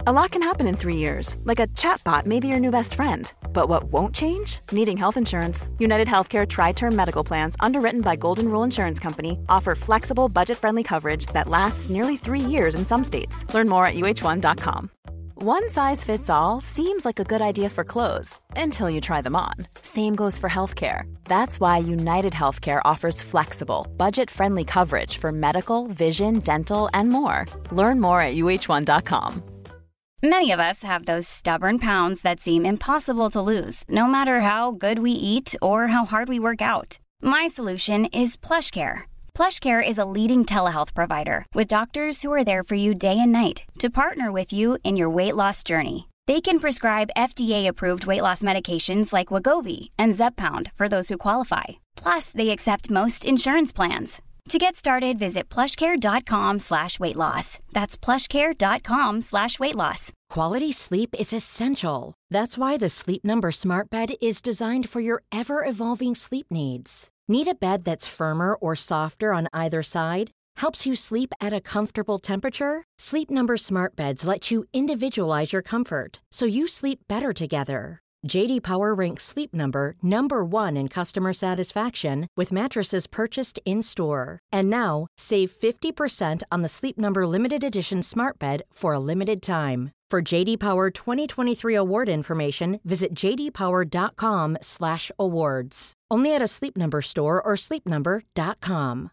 A lot can happen in 3 years, like a chatbot may be your new best friend. But what won't change? Needing health insurance. United Healthcare Tri-Term Medical Plans, underwritten by Golden Rule Insurance Company, offer flexible, budget-friendly coverage that lasts nearly 3 years in some states. Learn more at uh1.com. One size fits all seems like a good idea for clothes until you try them on. Same goes for healthcare. That's why United Healthcare offers flexible, budget-friendly coverage for medical, vision, dental, and more. Learn more at uh1.com. Many of us have those stubborn pounds that seem impossible to lose, no matter how good we eat or how hard we work out. My solution is PlushCare. PlushCare is a leading telehealth provider with doctors who are there for you day and night to partner with you in your weight loss journey. They can prescribe FDA-approved weight loss medications like Wegovy and Zepbound for those who qualify. Plus, they accept most insurance plans. To get started, visit plushcare.com/weightloss. That's plushcare.com/weightloss. Quality sleep is essential. That's why the Sleep Number Smart Bed is designed for your ever-evolving sleep needs. Need a bed that's firmer or softer on either side? Helps you sleep at a comfortable temperature? Sleep Number Smart Beds let you individualize your comfort, so you sleep better together. J.D. Power ranks Sleep Number #1 in customer satisfaction with mattresses purchased in-store. And now, save 50% on the Sleep Number Limited Edition Smart Bed for a limited time. For J.D. Power 2023 award information, visit jdpower.com/awards. Only at a Sleep Number store or sleepnumber.com.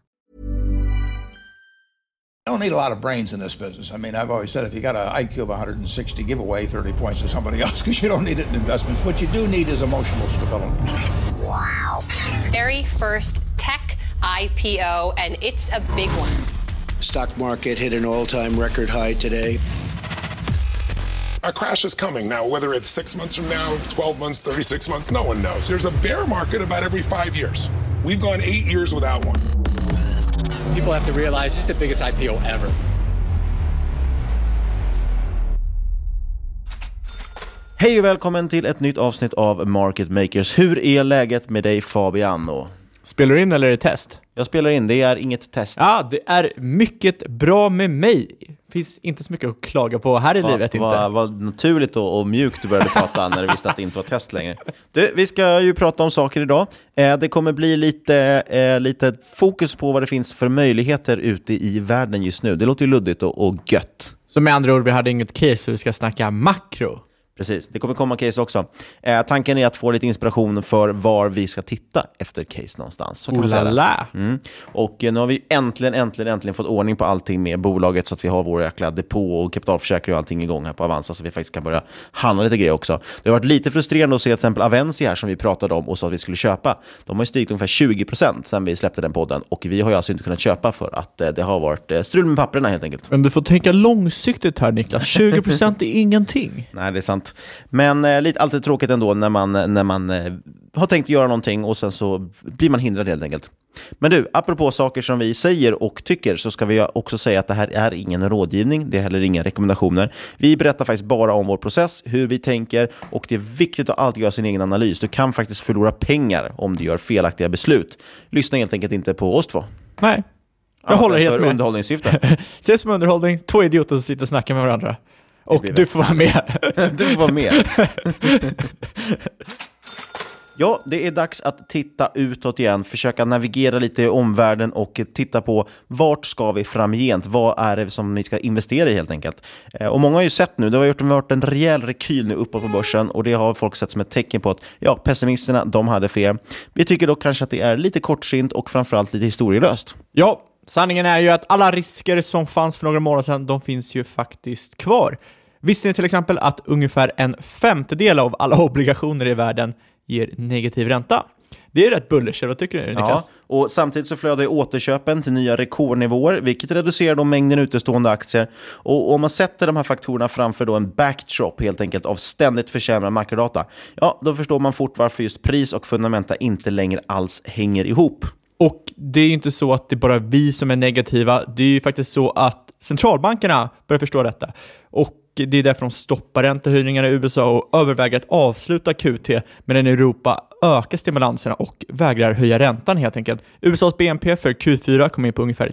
I don't need a lot of brains in this business. I mean, I've always said if you got an IQ of 160, give away 30 points to somebody else because you don't need it in investments. What you do need is emotional stability. Wow. Very first tech IPO, and it's a big one. Stock market hit an all-time record high today. A crash is coming. Now, whether it's 6 months from now, 12 months, 36 months, no one knows. There's a bear market about every 5 years. We've gone 8 years without one. People have to realize this is the biggest IPO ever. Hej och välkommen till ett nytt avsnitt av Market Makers. Hur är läget med dig, Fabiano? Spelar du in eller är det test? Jag spelar in, det är inget test. Ja, det är mycket bra med mig. Finns inte så mycket att klaga på här i livet inte. Vad naturligt och mjukt du började prata när du visste att det inte var test längre. Du, vi ska ju prata om saker idag. Det kommer bli lite fokus på vad det finns för möjligheter ute i världen just nu. Det låter ju luddigt och gött. Så med andra ord, vi hade inget case så vi ska snacka makro. Precis, det kommer komma case också. Tanken är att få lite inspiration för var vi ska titta efter case någonstans. Så kan man säga. Och nu har vi äntligen fått ordning på allting med bolaget så att vi har vår jäkla depå och kapitalförsäkring och allting igång här på Avanza så vi faktiskt kan börja handla lite grejer också. Det har varit lite frustrerande att se till exempel Avensi här som vi pratade om och sa att vi skulle köpa. De har ju stigit ungefär 20% sen vi släppte den podden och vi har ju alltså inte kunnat köpa för att det har varit strul med papperna helt enkelt. Men du får tänka långsiktigt här, Niklas. 20% är ingenting. Nej, det är sant. Men alltid tråkigt ändå när man har tänkt göra någonting och sen så blir man hindrad helt enkelt. Men du, apropå saker som vi säger och tycker så ska vi också säga att det här är ingen rådgivning, det är heller inga rekommendationer. Vi berättar faktiskt bara om vår process, hur vi tänker och det är viktigt att alltid göra sin egen analys. Du kan faktiskt förlora pengar om du gör felaktiga beslut. Lyssna helt enkelt inte på oss två. Nej, jag håller helt med. Underhållningssyfte. Ses som underhållning, 2 idioter som sitter och snackar med varandra. Och du får vara med. Du får vara med. Ja, det är dags att titta utåt igen, försöka navigera lite i omvärlden och titta på vart ska vi framgent, vad är det som vi ska investera i helt enkelt. Och många har ju sett nu, det har varit en rejäl rekyl nu uppåt på börsen och det har folk sett som ett tecken på att pessimisterna, de hade fel. Vi tycker dock kanske att det är lite kortsynt och framförallt lite historielöst. Ja, sanningen är ju att alla risker som fanns för några månader sedan, de finns ju faktiskt kvar. Visste ni till exempel att ungefär 1/5 av alla obligationer i världen ger negativ ränta? Det är rätt bullish, vad tycker du, Niklas? Ja, och samtidigt så flödar återköpen till nya rekordnivåer, vilket reducerar då mängden utestående aktier. Och om man sätter de här faktorerna framför då en backdrop helt enkelt av ständigt försämrad makrodata, då förstår man fort varför just pris och fundamenta inte längre alls hänger ihop. Och det är ju inte så att det är bara vi som är negativa. Det är ju faktiskt så att centralbankerna börjar förstå detta. Och det är därför de stoppar räntehöjningarna i USA och överväger att avsluta QT, medan Europa ökar stimulanserna och vägrar höja räntan helt enkelt. USAs BNP för Q4 kommer in på ungefär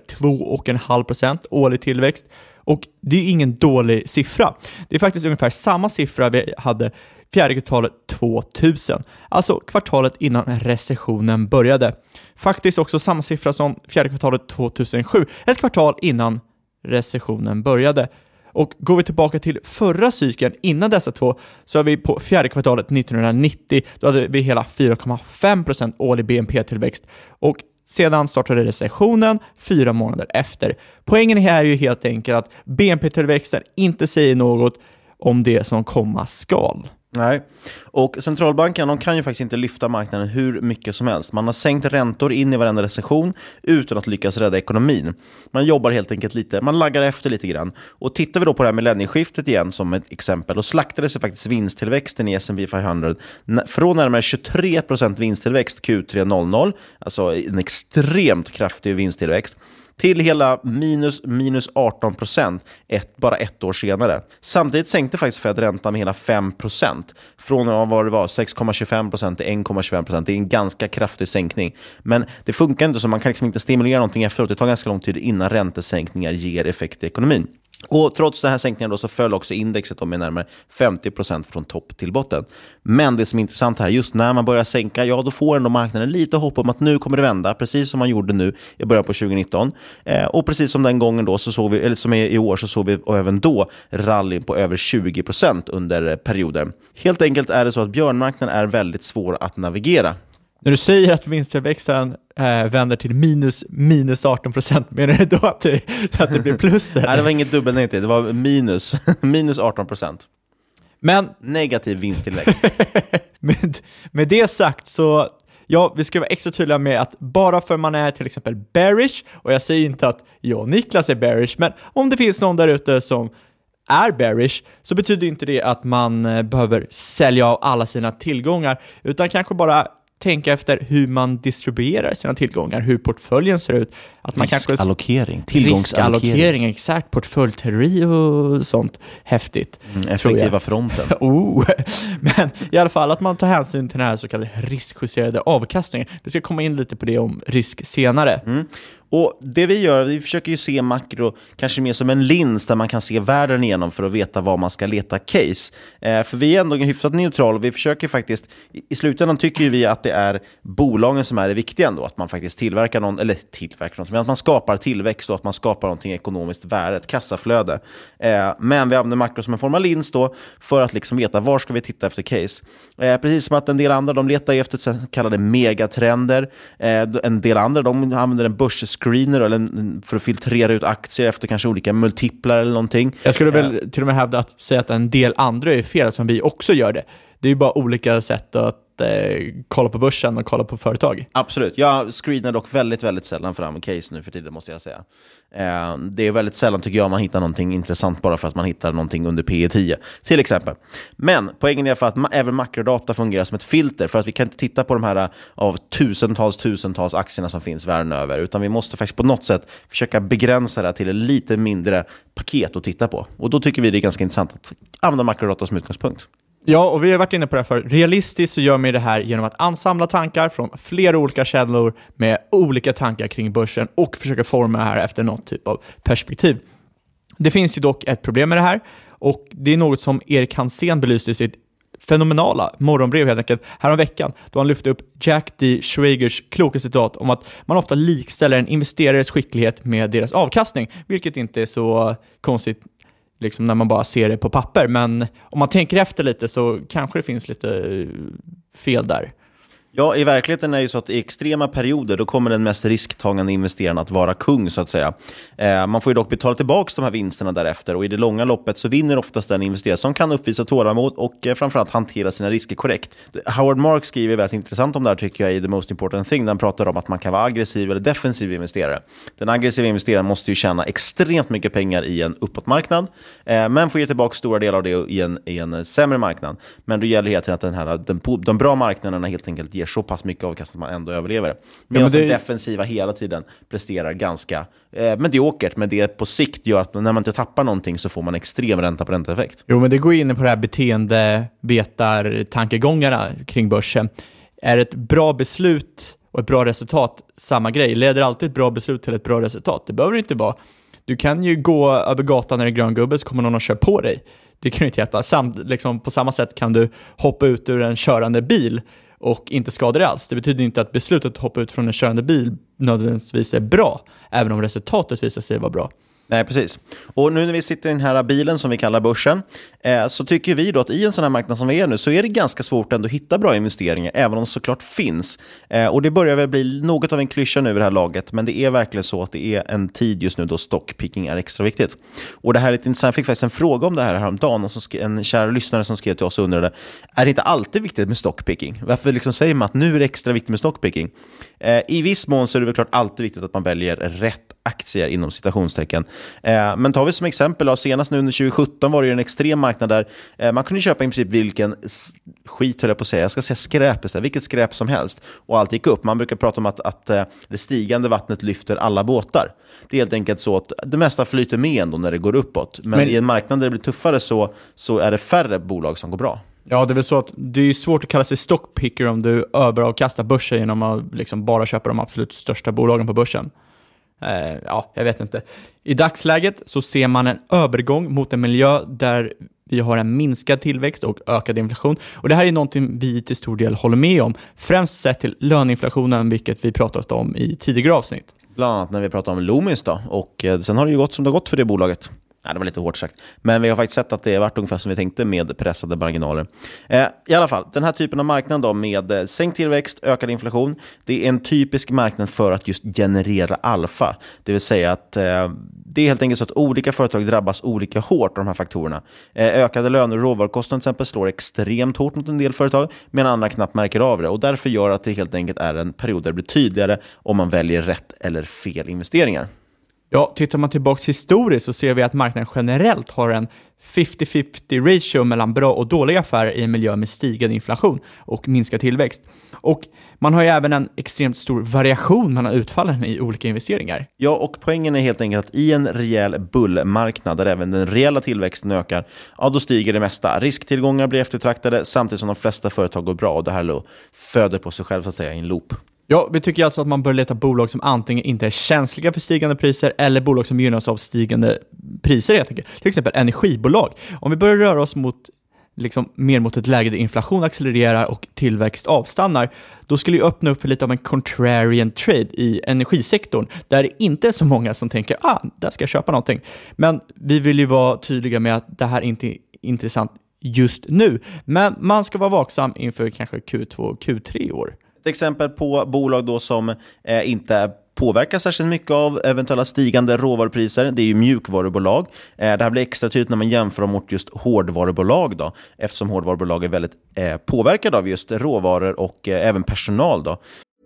2,5% årlig tillväxt, och det är ingen dålig siffra. Det är faktiskt ungefär samma siffra vi hade fjärde kvartalet 2000, alltså kvartalet innan recessionen började. Faktiskt också samma siffra som fjärde kvartalet 2007, ett kvartal innan recessionen började. Och går vi tillbaka till förra cykeln innan dessa två, så är vi på fjärde kvartalet 1990, då hade vi hela 4,5% årlig BNP-tillväxt, och sedan startade recessionen 4 månader efter. Poängen här är ju helt enkelt att BNP-tillväxten inte säger något om det som komma skall. Nej, och centralbankerna, de kan ju faktiskt inte lyfta marknaden hur mycket som helst. Man har sänkt räntor in i varenda recession utan att lyckas rädda ekonomin. Man jobbar helt enkelt lite, man laggar efter lite grann. Och tittar vi då på det här millennieskiftet igen som ett exempel, då slaktade sig faktiskt vinsttillväxten i S&P 500 från närmare 23% vinsttillväxt Q3 00, alltså en extremt kraftig vinsttillväxt, till hela minus 18% bara ett år senare. Samtidigt sänkte faktiskt Fed räntan med hela 5%. Från vad det var 6,25% till 1,25%. Det är en ganska kraftig sänkning. Men det funkar inte, så man kan liksom inte stimulera någonting efteråt. Det tar ganska lång tid innan räntesänkningar ger effekt i ekonomin. Och trots den här sänkningen då, så föll också indexet med närmare 50% från topp till botten. Men det som är intressant här, just när man börjar sänka, ja, då får ändå marknaden lite hopp om att nu kommer det vända, precis som man gjorde nu i början på 2019. Och precis som den gången då, så såg vi, eller som i år, så såg vi även då rallyn på över 20% under perioden. Helt enkelt är det så att björnmarknaden är väldigt svår att navigera. När du säger att vinsttillväxten vänder till minus 18%, menar du då att det blir plus? Eller? Nej, det var inget dubbelnegativet, det var minus 18%. Men negativ vinsttillväxt. med det sagt så, ja, vi ska vara extra tydliga med att bara för man är till exempel bearish, och jag säger inte att jag och Niklas är bearish, men om det finns någon där ute som är bearish, så betyder inte det att man behöver sälja av alla sina tillgångar, utan kanske bara tänka efter hur man distribuerar sina tillgångar, hur portföljen ser ut. Att man riskallokering, tillgångsallokering. Exakt, portföljteori och sånt. Häftigt. Effektiva fronten. Men i alla fall att man tar hänsyn till den här så kallade riskjusterade avkastningen. Vi ska komma in lite på det om risk senare. Och det vi gör, vi försöker ju se makro kanske mer som en lins där man kan se världen igenom för att veta vad man ska leta case. För vi är ändå hyfsat neutral, och vi försöker faktiskt, i slutändan tycker vi att det är bolagen som är det viktiga ändå, att man faktiskt tillverkar något, men att man skapar tillväxt och att man skapar någonting ekonomiskt värde, ett kassaflöde. Men vi använder makro som en form av lins då för att liksom veta var ska vi titta efter case. Precis som att en del andra, de letar efter så kallade megatrender. En del andra, de använder en börsscreener eller för att filtrera ut aktier efter kanske olika multiplar eller någonting. Jag skulle väl till och med hävda att säga att en del andra är fel, som vi också gör det. Det är ju bara olika sätt att kolla på börsen och kolla på företag. Absolut. Jag screenar dock väldigt, väldigt sällan fram case nu för tiden, måste jag säga. Det är väldigt sällan, tycker jag, man hittar någonting intressant bara för att man hittar någonting under P10 till exempel. Men poängen är för att även makrodata fungerar som ett filter, för att vi kan inte titta på de här av tusentals aktierna som finns världen över, utan vi måste faktiskt på något sätt försöka begränsa det till ett lite mindre paket att titta på. Och då tycker vi det är ganska intressant att använda makrodata som utgångspunkt. Ja, och vi har varit inne på det här för. Realistiskt så gör man det här genom att ansamla tankar från flera olika källor med olika tankar kring börsen och försöka forma det här efter något typ av perspektiv. Det finns ju dock ett problem med det här, och det är något som Erik Hansén belyste i sitt fenomenala morgonbrev helt enkelt härom veckan, då han lyfte upp Jack D. Schwagers kloka citat om att man ofta likställer en investerares skicklighet med deras avkastning, vilket inte är så konstigt liksom när man bara ser det på papper, men om man tänker efter lite så kanske det finns lite fel där. Ja, i verkligheten är det ju så att i extrema perioder då kommer den mest risktagande investeraren att vara kung, så att säga. Man får ju dock betala tillbaka de här vinsterna därefter, och i det långa loppet så vinner oftast den investerare som kan uppvisa tålamod och framförallt hantera sina risker korrekt. Howard Marks skriver väldigt intressant om det här, tycker jag, i The Most Important Thing, där han pratar om att man kan vara aggressiv eller defensiv investerare. Den aggressiva investeraren måste ju tjäna extremt mycket pengar i en uppåtmarknad, men får ge tillbaka stora delar av det i en sämre marknad. Men då gäller det att de bra marknaderna helt enkelt ger så pass mycket avkastning att man ändå överlever. Medan den defensiva hela tiden presterar ganska mediokert, men det på sikt gör att när man inte tappar någonting så får man extrem ränta på ränteeffekt. Jo, men det går in på det här beteendevetar-tankegångarna kring börsen. Är ett bra beslut och ett bra resultat samma grej? Leder alltid ett bra beslut till ett bra resultat? Det behöver inte vara. Du kan ju gå över gatan när det är grön gubbe, så kommer någon att köra på dig. Det kan ju inte hjälpa. Liksom, på samma sätt kan du hoppa ut ur en körande bil och inte skada dig alls. Det betyder inte att beslutet att hoppa ut från en körande bil nödvändigtvis är bra, även om resultatet visar sig vara bra. Nej, precis. Och nu när vi sitter i den här bilen som vi kallar börsen, så tycker vi då att i en sån här marknad som vi är nu så är det ganska svårt ändå att hitta bra investeringar, även om de såklart finns. Och det börjar väl bli något av en klyscha nu i det här laget, men det är verkligen så att det är en tid just nu då stockpicking är extra viktigt. Och det här är lite intressant. Jag fick faktiskt en fråga om det här häromdagen, och en kär lyssnare som skrev till oss och undrade, är det inte alltid viktigt med stockpicking? Varför liksom säger man att nu är det extra viktigt med stockpicking? I viss mån så är det väl klart alltid viktigt att man väljer rätt aktier inom citationstecken. Men tar vi som exempel, senast nu under 2017 var det ju en extrem marknad där man kunde köpa i princip vilken skit, höll jag på att säga. Jag ska säga skräp istället, vilket skräp som helst. Och allt gick upp. Man brukar prata om att det stigande vattnet lyfter alla båtar. Det är helt enkelt så att det mesta flyter med ändå när det går uppåt. Men i en marknad där det blir tuffare så är det färre bolag som går bra. Ja, det är väl så att det är svårt att kalla sig stockpicker om du överavkastar börsen genom att liksom bara köpa de absolut största bolagen på börsen. Ja, jag vet inte. I dagsläget så ser man en övergång mot en miljö där vi har en minskad tillväxt och ökad inflation. Och det här är någonting vi till stor del håller med om. Främst sett till löneinflationen, vilket vi pratat om i tidigare avsnitt. Bland annat när vi pratade om Loomis då. Och sen har det ju gått som det har gått för det bolaget. Nej, det var lite hårt sagt. Men vi har faktiskt sett att det har varit ungefär som vi tänkte med pressade marginaler. I alla fall, den här typen av marknad då med sänkt tillväxt, ökad inflation, det är en typisk marknad för att just generera alfa. Det vill säga att det är helt enkelt så att olika företag drabbas olika hårt av de här faktorerna. Ökade löner och råvarukostnader till exempel slår extremt hårt mot en del företag, medan andra knappt märker av det. Och därför gör att det helt enkelt är en period där det blir tydligare om man väljer rätt eller fel investeringar. Ja, tittar man tillbaka historiskt så ser vi att marknaden generellt har en 50-50 ratio mellan bra och dåliga affärer i en miljö med stigande inflation och minskad tillväxt. Och man har ju även en extremt stor variation mellan utfallen i olika investeringar. Ja, och poängen är helt enkelt att i en rejäl bullmarknad där även den reella tillväxten ökar, ja då stiger det mesta. Risktillgångar blir eftertraktade samtidigt som de flesta företag går bra, och det här föder på sig själv så att säga i en loop. Ja, vi tycker alltså att man bör leta bolag som antingen inte är känsliga för stigande priser eller bolag som gynnas av stigande priser helt enkelt. Till exempel energibolag. Om vi börjar röra oss mer mot ett läge där inflation accelererar och tillväxt avstannar, då skulle vi öppna upp för lite av en contrarian trade i energisektorn, där det inte är så många som tänker, där ska jag köpa någonting. Men vi vill ju vara tydliga med att det här inte är intressant just nu. Men man ska vara vaksam inför kanske Q2 och Q3 år. Ett exempel på bolag då som inte påverkas särskilt mycket av eventuella stigande råvarupriser, det är ju mjukvarubolag. Det här blir extra tydligt när man jämför dem mot just hårdvarubolag då, eftersom hårdvarubolag är väldigt påverkade av just råvaror och även personal då.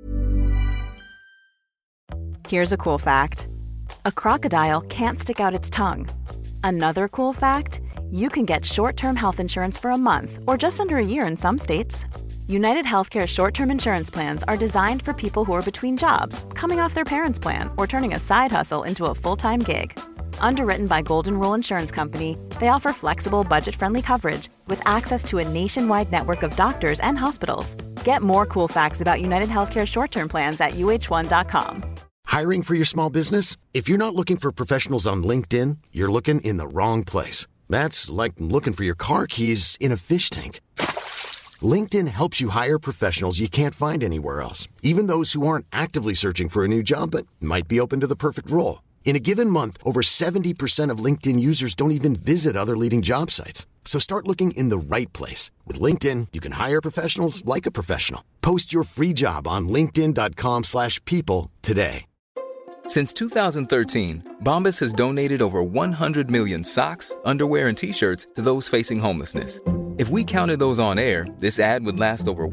Here's a cool fact. A crocodile can't stick out its tongue. Another cool fact, you can get short-term health insurance for a month or just under a year in some states. United Healthcare short-term insurance plans are designed for people who are between jobs, coming off their parents' plan, or turning a side hustle into a full-time gig. Underwritten by Golden Rule Insurance Company, they offer flexible, budget-friendly coverage with access to a nationwide network of doctors and hospitals. Get more cool facts about United Healthcare short-term plans at uh1.com. Hiring for your small business? If you're not looking for professionals on LinkedIn, you're looking in the wrong place. That's like looking for your car keys in a fish tank. LinkedIn helps you hire professionals you can't find anywhere else, even those who aren't actively searching for a new job but might be open to the perfect role. In a given month, over 70% of LinkedIn users don't even visit other leading job sites. So start looking in the right place. With LinkedIn, you can hire professionals like a professional. Post your free job on linkedin.com/people today. Since 2013, Bombas has donated over 100 million socks, underwear, and T-shirts to those facing homelessness. If we counted those on air, this ad would last over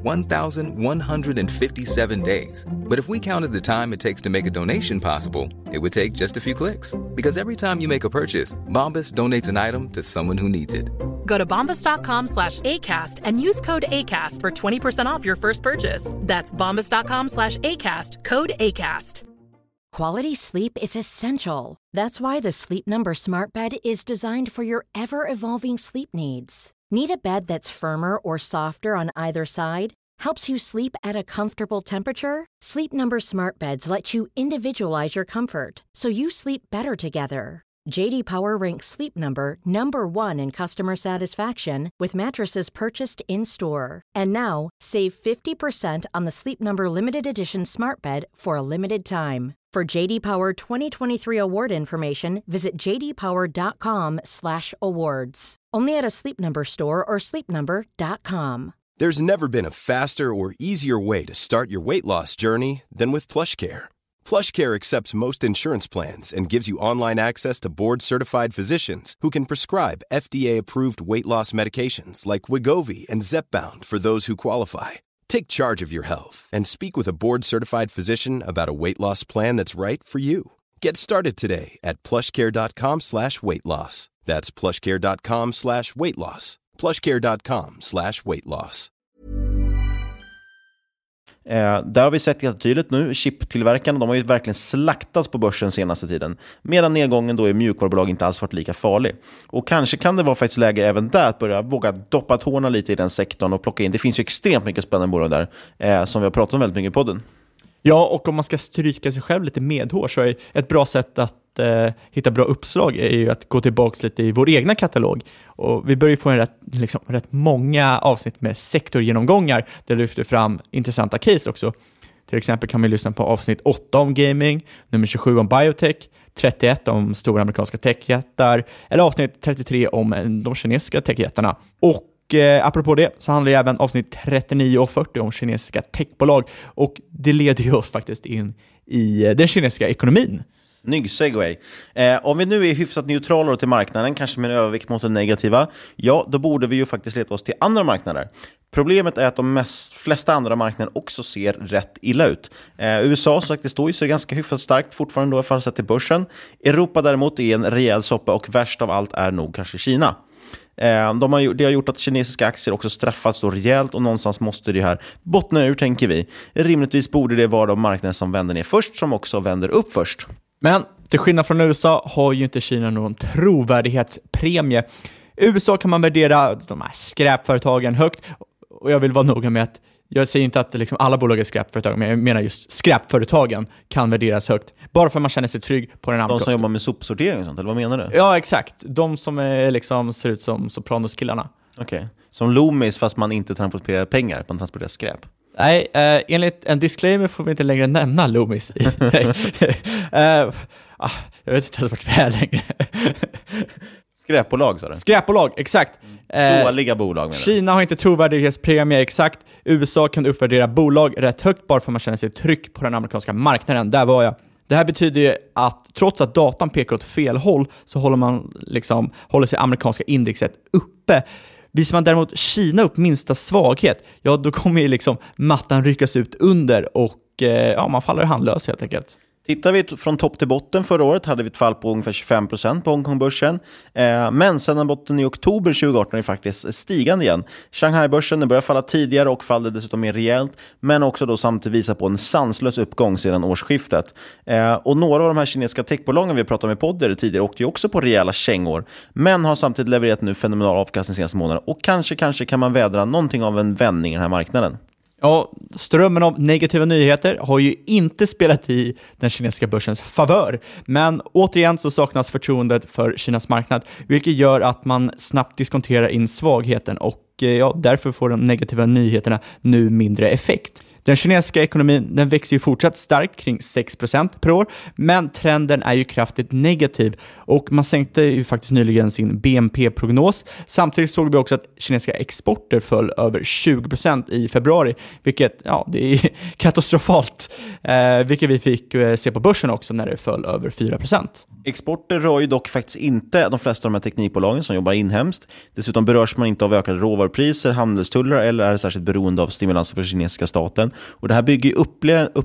1,157 days. But if we counted the time it takes to make a donation possible, it would take just a few clicks. Because every time you make a purchase, Bombas donates an item to someone who needs it. Go to bombas.com/ACAST and use code ACAST for 20% off your first purchase. That's bombas.com/ACAST, code ACAST. Quality sleep is essential. That's why the Sleep Number Smart Bed is designed for your ever-evolving sleep needs. Need a bed that's firmer or softer on either side? Helps you sleep at a comfortable temperature? Sleep Number Smart Beds let you individualize your comfort, so you sleep better together. J.D. Power ranks Sleep Number #1 in customer satisfaction with mattresses purchased in-store. And now, save 50% on the Sleep Number Limited Edition Smart Bed for a limited time. For J.D. Power 2023 award information, visit jdpower.com/awards. Only at a Sleep Number store or sleepnumber.com. There's never been a faster or easier way to start your weight loss journey than with PlushCare. PlushCare accepts most insurance plans and gives you online access to board-certified physicians who can prescribe FDA-approved weight loss medications like Wegovy and Zepbound for those who qualify. Take charge of your health and speak with a board-certified physician about a weight loss plan that's right for you. Get started today at plushcare.com/weightloss. That's plushcare.com/weightloss. plushcare.com/weightloss. Där har vi sett ganska tydligt nu, chiptillverkarna, de har ju verkligen slaktats på börsen senaste tiden. Medan nedgången då i mjukvarubolag inte alls varit lika farlig. Och kanske kan det vara faktiskt läge även där att börja våga doppa tårna lite i den sektorn och plocka in. Det finns ju extremt mycket spännande bolag där som vi har pratat om väldigt mycket i podden. Ja, och om man ska stryka sig själv lite medhår så är ett bra sätt att hitta bra uppslag är ju att gå tillbaka lite i vår egna katalog. Och vi börjar få rätt många avsnitt med sektorgenomgångar där det lyfter fram intressanta case också. Till exempel kan vi lyssna på avsnitt 8 om gaming, nummer 27 om biotech, 31 om stora amerikanska techjättar eller avsnitt 33 om de kinesiska techjättarna. Och apropå det så handlar ju även avsnitt 39 och 40 om kinesiska techbolag och det leder ju oss faktiskt in i den kinesiska ekonomin. Snygg segway. Om vi nu är hyfsat neutrala till marknaden, kanske med en övervikt mot den negativa, ja, då borde vi ju faktiskt leta oss till andra marknader. Problemet är att de flesta andra marknader också ser rätt illa ut. USA, så sagt, det står ju så ganska hyfsat starkt fortfarande då i fall sett till börsen. Europa däremot är en rejäl soppa och värst av allt är nog kanske Kina. Det har gjort att kinesiska aktier också straffats då rejält och någonstans måste det här bottna ur, tänker vi. Rimligtvis borde det vara de marknader som vänder ner först som också vänder upp först. Men till skillnad från USA har ju inte Kina någon trovärdighetspremie. I USA kan man värdera de här skräpföretagen högt och jag vill vara noga med att jag säger inte att alla bolag är skräpföretag, men jag menar just skräpföretagen kan värderas högt. Bara för att man känner sig trygg på den andra. De som jobbar med sopsortering och sånt, eller vad menar du? Ja, exakt. De som är ser ut som Sopranos-killarna. Okej. Som Loomis fast man inte transporterar pengar, man transporterar skräp. Nej, enligt en disclaimer får vi inte längre nämna Loomis. Jag vet inte vart vi är längre. Skräpbolag, sa du? Skräpbolag, exakt. Dåliga bolag. Kina har inte trovärdighetspremie, exakt. USA kan uppvärdera bolag rätt högt bara för att man känner sig trygg på den amerikanska marknaden. Där var jag. Det här betyder ju att trots att datan pekar åt fel håll så håller sig amerikanska indexet uppe. Visar man däremot Kina upp minsta svaghet, ja då kommer ju mattan ryckas ut under och man faller handlös helt enkelt. Tittar vi från topp till botten förra året hade vi ett fall på ungefär 25% på Hongkongbörsen. Men sedan botten i oktober 2018 är faktiskt stigande igen. Shanghai-börsen börjar falla tidigare och faller dessutom mer rejält. Men också då samtidigt visar på en sanslös uppgång sedan årsskiftet. Och några av de här kinesiska techbolagen vi pratade om i podden tidigare åkte ju också på rejäla kängor. Men har samtidigt levererat nu fenomenal avkastning senaste månaden. Och kanske kan man vädra någonting av en vändning i den här marknaden. Ja, strömmen av negativa nyheter har ju inte spelat i den kinesiska börsens favör. Men återigen så saknas förtroendet för Kinas marknad, vilket gör att man snabbt diskonterar in svagheten och därför får de negativa nyheterna nu mindre effekt. Den kinesiska ekonomin den växer ju fortsatt starkt kring 6% per år, men trenden är ju kraftigt negativ och man sänkte ju faktiskt nyligen sin BNP-prognos. Samtidigt såg vi också att kinesiska exporter föll över 20% i februari, vilket det är katastrofalt, vilket vi fick se på börsen också när det föll över 4%. Exporter rör ju dock faktiskt inte de flesta av de här teknikbolagen som jobbar inhemskt. Dessutom berörs man inte av ökade råvarupriser, handelstullar eller är särskilt beroende av stimulanser för kinesiska staten. Och det här bygger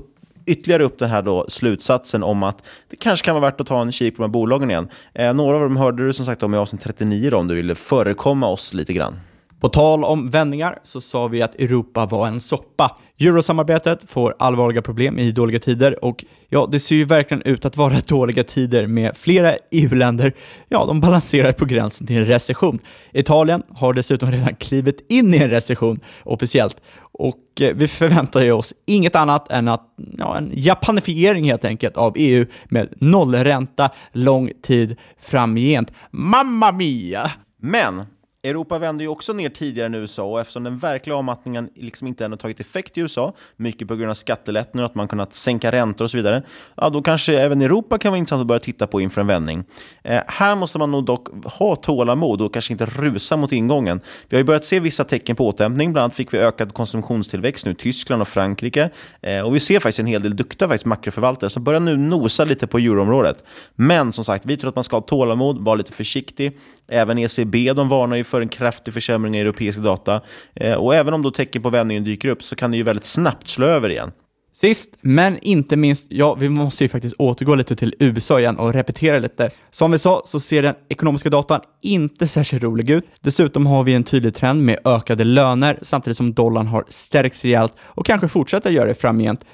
ytterligare upp den här då slutsatsen om att det kanske kan vara värt att ta en kik på de här bolagen igen. Några av dem hörde du som sagt om i avsnitt 39 om du ville förekomma oss lite grann. På tal om vändningar så sa vi att Europa var en soppa. Eurosamarbetet får allvarliga problem i dåliga tider och ja, det ser ju verkligen ut att vara dåliga tider med flera EU-länder. Ja, de balanserar på gränsen till en recession. Italien har dessutom redan klivit in i en recession officiellt och vi förväntar ju oss inget annat än att en japanifiering helt enkelt av EU med nollränta lång tid framgent. Mamma mia! Men Europa vände ju också ner tidigare än USA och eftersom den verkliga avmattningen liksom inte ännu tagit effekt i USA, mycket på grund av skattelättnader, att man kunnat sänka räntor och så vidare, ja då kanske även Europa kan vara intressant att börja titta på inför en vändning. Här måste man nog dock ha tålamod och kanske inte rusa mot ingången. Vi har ju börjat se vissa tecken på återhämtning, bland annat fick vi ökad konsumtionstillväxt nu i Tyskland och Frankrike och vi ser faktiskt en hel del duktiga makroförvaltare som börjar nu nosa lite på euroområdet. Men som sagt, vi tror att man ska ha tålamod, vara lite försiktig. Även ECB, de varnar ju för en kraftig försämring i europeisk data. Och även om då tecken på vändningen dyker upp så kan det ju väldigt snabbt slå över igen. Sist, men inte minst, vi måste ju faktiskt återgå lite till USA igen och repetera lite. Som vi sa så ser den ekonomiska datan inte särskilt rolig ut. Dessutom har vi en tydlig trend med ökade löner samtidigt som dollarn har stärkts rejält och kanske fortsätter göra det framgent.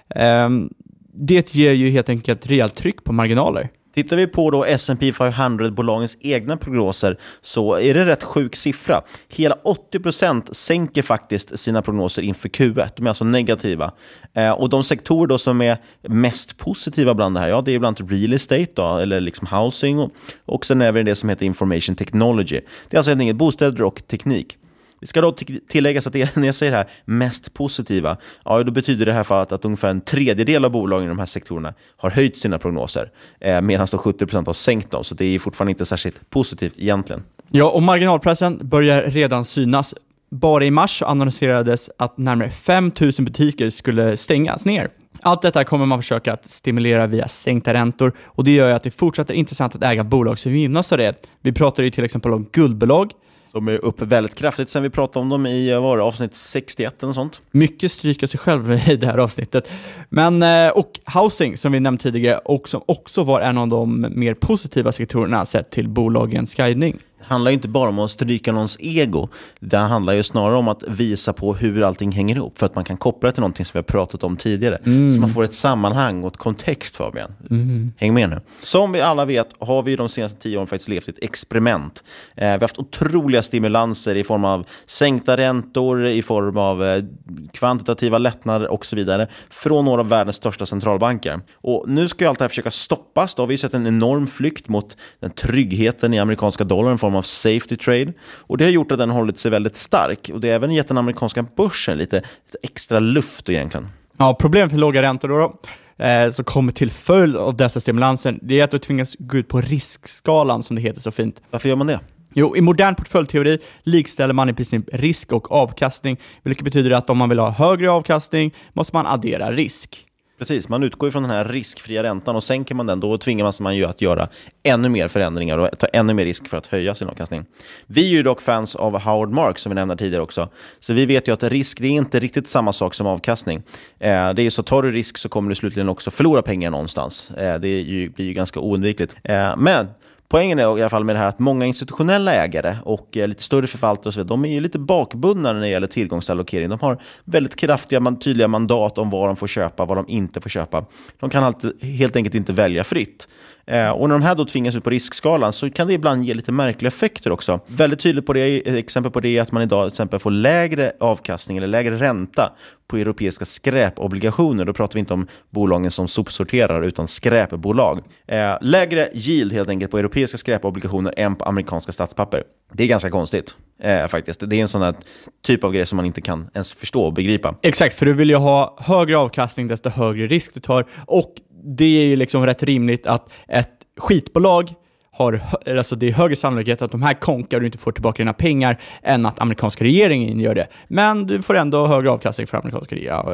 Det ger ju helt enkelt rejält tryck på marginaler. Tittar vi på då S&P 500-bolagens egna prognoser så är det rätt sjuk siffra. Hela 80% sänker faktiskt sina prognoser inför Q1. De är alltså negativa. Och de sektorer då som är mest positiva bland det här, det är bland annat real estate då, eller liksom housing och sen även det som heter information technology. Det är alltså helt enkelt bostäder och teknik. Det ska då tilläggas att när jag säger det här mest positiva, då betyder det här fallet att ungefär en tredjedel av bolagen i de här sektorerna har höjt sina prognoser, medan då 70% har sänkt dem, så det är fortfarande inte särskilt positivt egentligen. Ja, och marginalpressen börjar redan synas. Bara i mars annonserades att närmare 5 000 butiker skulle stängas ner. Allt detta kommer man försöka att stimulera via sänkta räntor och det gör ju att det fortsätter intressant att äga bolag som gynnas av det. Vi pratar ju till exempel om guldbolag. De är upp väldigt kraftigt sen vi pratade om dem i avsnitt 61 eller sånt. Mycket stryka sig själv i det här avsnittet. Men, och housing som vi nämnde tidigare och som också var en av de mer positiva sektorerna sett till bolagens guidning. Det handlar ju inte bara om att stryka någons ego. Det handlar ju snarare om att visa på hur allting hänger ihop. För att man kan koppla det till någonting som vi har pratat om tidigare. Så man får ett sammanhang och ett kontext, Fabian. Häng med nu. Som vi alla vet har vi de senaste 10 åren faktiskt levt ett experiment. Vi har haft otroliga stimulanser i form av sänkta räntor, i form av kvantitativa lättnader och så vidare. Från några av världens största centralbanker. Och nu ska ju allt det här försöka stoppas. Då har vi sett en enorm flykt mot den tryggheten i amerikanska dollarn i form av safety trade, och det har gjort att den hållit sig väldigt stark och det har även gett den amerikanska börsen lite extra luft egentligen. Ja, problemet med låga räntor då så kommer till följd av dessa stimulanser, det är att du tvingas gå ut på riskskalan som det heter så fint. Varför gör man det? Jo, i modern portföljteori likställer man i princip risk och avkastning, vilket betyder att om man vill ha högre avkastning måste man addera risk. Precis, man utgår ifrån den här riskfria räntan och sänker man den, då tvingar man ju att göra ännu mer förändringar och ta ännu mer risk för att höja sin avkastning. Vi är ju dock fans av Howard Marks som vi nämnde tidigare också. Så vi vet ju att risk, det är inte riktigt samma sak som avkastning. Det är ju så, tar du risk så kommer du slutligen också förlora pengar någonstans. Det blir ju ganska oundvikligt. Men poängen är i alla fall med det här att många institutionella ägare och lite större förvaltare och så vidare, de är ju lite bakbundna när det gäller tillgångsallokering. De har väldigt kraftiga, tydliga mandat om vad de får köpa, vad de inte får köpa. De kan helt enkelt inte välja fritt. Och när de här då tvingas ut på riskskalan så kan det ibland ge lite märkliga effekter också. Väldigt tydligt på det, exempel på det är att man idag till exempel får lägre avkastning eller lägre ränta på europeiska skräpobligationer. Då pratar vi inte om bolagen som sopsorterar utan skräpbolag. Lägre yield helt enkelt på europeiska skräpobligationer än på amerikanska statspapper. Det är ganska konstigt faktiskt. Det är en sån här typ av grej som man inte kan ens förstå och begripa. Exakt, för du vill ju ha högre avkastning desto högre risk du tar, och det är ju liksom rätt rimligt att ett skitbolag har, alltså det är högre sannolikhet att de här konkar och du inte får tillbaka dina pengar än att amerikanska regeringen gör det. Men du får ändå högre avkastning för amerikanska regeringen.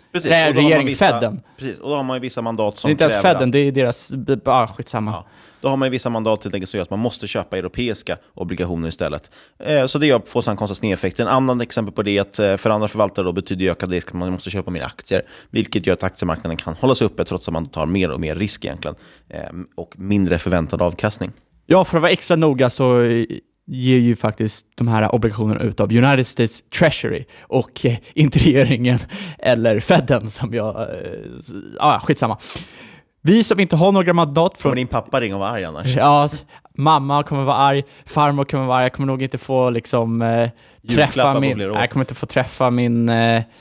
Precis. Nej, regering-Fedden. Precis, och då har man ju vissa mandat som det är inte ens Fedden, att, det är deras... skitsamma. Ja, då har man ju vissa mandat till enkelt så att man måste köpa europeiska obligationer istället. Så det får sedan konstant snedeffekter. En annan exempel på det är att för andra förvaltare då betyder ökad risk att man måste köpa mer aktier, vilket gör att aktiemarknaden kan hållas uppe trots att man tar mer och mer risk egentligen och mindre förväntad avkastning. Ja, för att vara extra noga så ger ju faktiskt de här obligationerna ut av United States Treasury och inte regeringen eller Fedden som jag... skitsamma. Vi som inte har några mandat från... Kommer din pappa ringa och vara arg annars? Ja, mamma kommer vara arg, farmor kommer vara arg. Jag kommer nog inte få träffa min... Jag kommer inte få träffa min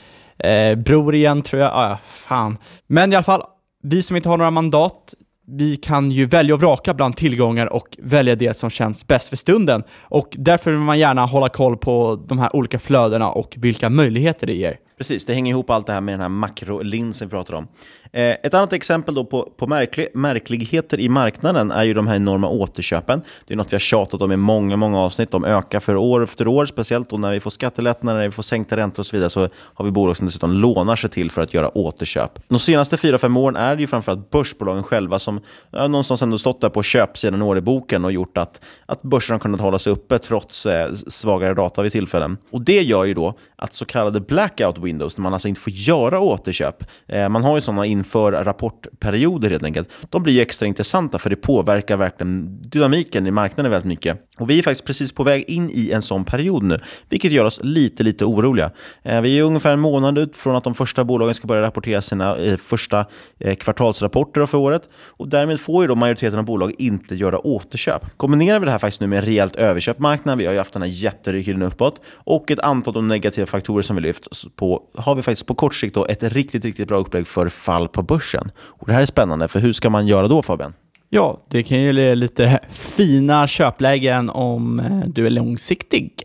bror igen, tror jag. Fan. Men i alla fall, vi som inte har några mandat, vi kan ju välja och vraka bland tillgångar och välja det som känns bäst för stunden. Och därför vill man gärna hålla koll på de här olika flödena och vilka möjligheter det ger. Precis, det hänger ihop allt det här med den här makrolinsen vi pratar om. Ett annat exempel då på märkligheter i marknaden är ju de här enorma återköpen. Det är något vi har tjatat om i många avsnitt. De ökar för år efter år, speciellt då när vi får skattelättnader, när vi får sänkta räntor och så vidare, så har vi bolag som dessutom lånar sig till för att göra återköp. De senaste 4-5 åren är det ju framförallt börsbolagen själva som någonstans ändå stått där på köpsidan i orderboken och gjort att börsen har kunnat hålla sig uppe trots svagare data vid tillfällen. Och det gör ju då att så kallade blackout windows, när man alltså inte får göra återköp, man har ju sådana inför rapportperioder helt enkelt, de blir ju extra intressanta för det påverkar verkligen dynamiken i marknaden väldigt mycket. Och vi är faktiskt precis på väg in i en sån period nu, vilket gör oss lite oroliga. Vi är ungefär en månad ut från att de första bolagen ska börja rapportera sina första kvartalsrapporter för året, och därmed får ju då majoriteten av bolag inte göra återköp. Kombinerar vi det här faktiskt nu med en rejält överköpmarknad, vi har ju haft den här jätterycken uppåt, och ett antal av de negativa faktorer som vi lyft på, har vi faktiskt på kort sikt då ett riktigt bra upplägg för fall på börsen. Och det här är spännande, för hur ska man göra då, Fabian? Ja, det kan ju ge lite fina köplägen om du är långsiktig.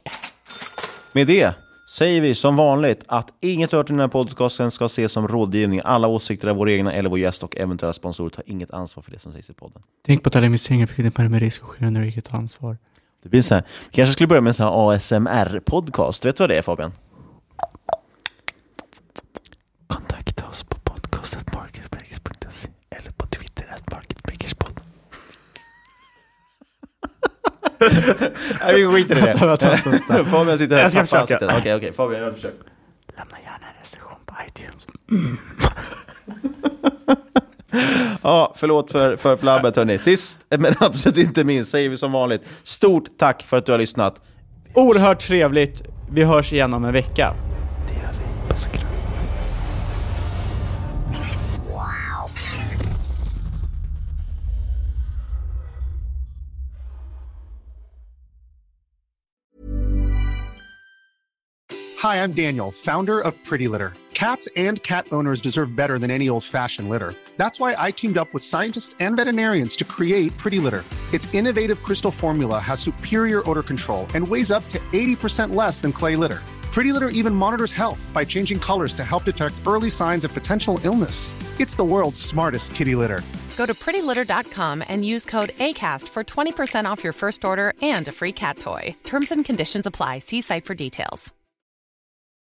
Med det säger vi som vanligt att inget hört i den här podcasten ska ses som rådgivning. Alla åsikter är våra egna eller vår gäst och eventuella sponsorer tar inget ansvar för det som sägs i podden. Tänk på att alla investeringar förknippade med risk och sker under eget ansvar. Det blir så här. Vi kanske skulle börja med en sån här ASMR-podcast. Vet du vad det är, Fabian? Kontakta oss på podcast@marketmakers.se eller på Twitter @marketmakerspod. Vi skiter i det. Fabian sitter här. Jag ska försöka. Okej, Fabian, gör ett försök. Lämna gärna en recension på iTunes. Ja, förlåt för flabbet, hörni. Sist men absolut inte minst säger vi som vanligt stort tack för att du har lyssnat. Oerhört trevligt. Vi hörs igen om en vecka. Det gör vi. Puss och kram. Hi, I'm Daniel, founder of Pretty Litter. Cats and cat owners deserve better than any old-fashioned litter. That's why I teamed up with scientists and veterinarians to create Pretty Litter. Its innovative crystal formula has superior odor control and weighs up to 80% less than clay litter. Pretty Litter even monitors health by changing colors to help detect early signs of potential illness. It's the world's smartest kitty litter. Go to prettylitter.com and use code ACAST for 20% off your first order and a free cat toy. Terms and conditions apply. See site for details.